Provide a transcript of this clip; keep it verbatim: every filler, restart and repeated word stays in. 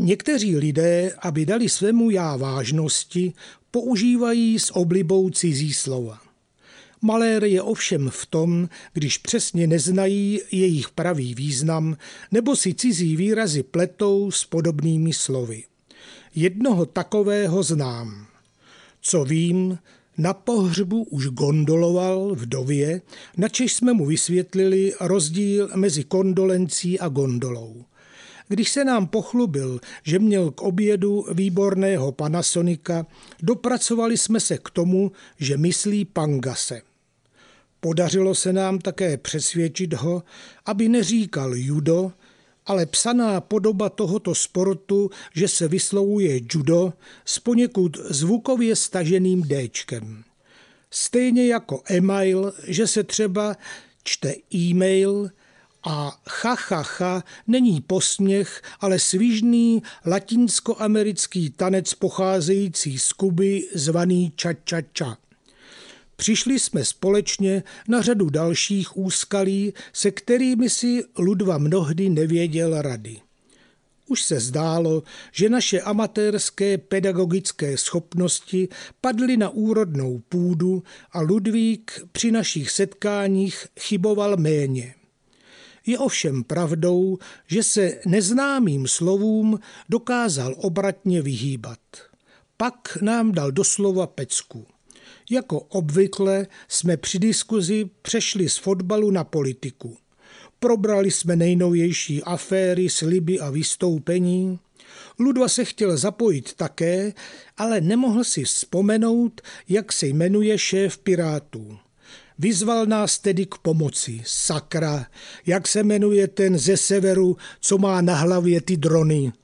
Někteří lidé, aby dali svému já vážnosti, používají s oblibou cizí slova. Malér je ovšem v tom, když přesně neznají jejich pravý význam nebo si cizí výrazy pletou s podobnými slovy. Jednoho takového znám. Co vím, na pohřbu už gondoloval vdově, načež jsme mu vysvětlili rozdíl mezi kondolencí a gondolou. Když se nám pochlubil, že měl k obědu výborného Panasonica, dopracovali jsme se k tomu, že myslí pangase. Podařilo se nám také přesvědčit ho, aby neříkal judo, ale psaná podoba tohoto sportu, že se vyslovuje judo s poněkud zvukově staženým déčkem. Stejně jako e-mail, že se třeba čte e-mail a cha, cha, cha není posměch, ale svižný latinskoamerický tanec pocházející z Kuby zvaný ča-ča-ča. Přišli jsme společně na řadu dalších úskalí, se kterými si Ludva mnohdy nevěděl rady. Už se zdálo, že naše amatérské pedagogické schopnosti padly na úrodnou půdu a Ludvík při našich setkáních chyboval méně. Je ovšem pravdou, že se neznámým slovům dokázal obratně vyhýbat. Pak nám dal doslova pecku. Jako obvykle jsme při diskuzi přešli z fotbalu na politiku. Probrali jsme nejnovější aféry, sliby a vystoupení. Ludva se chtěl zapojit také, ale nemohl si vzpomenout, jak se jmenuje šéf Pirátů. Vyzval nás tedy k pomoci. Sakra, jak se jmenuje ten ze severu, co má na hlavě ty drony.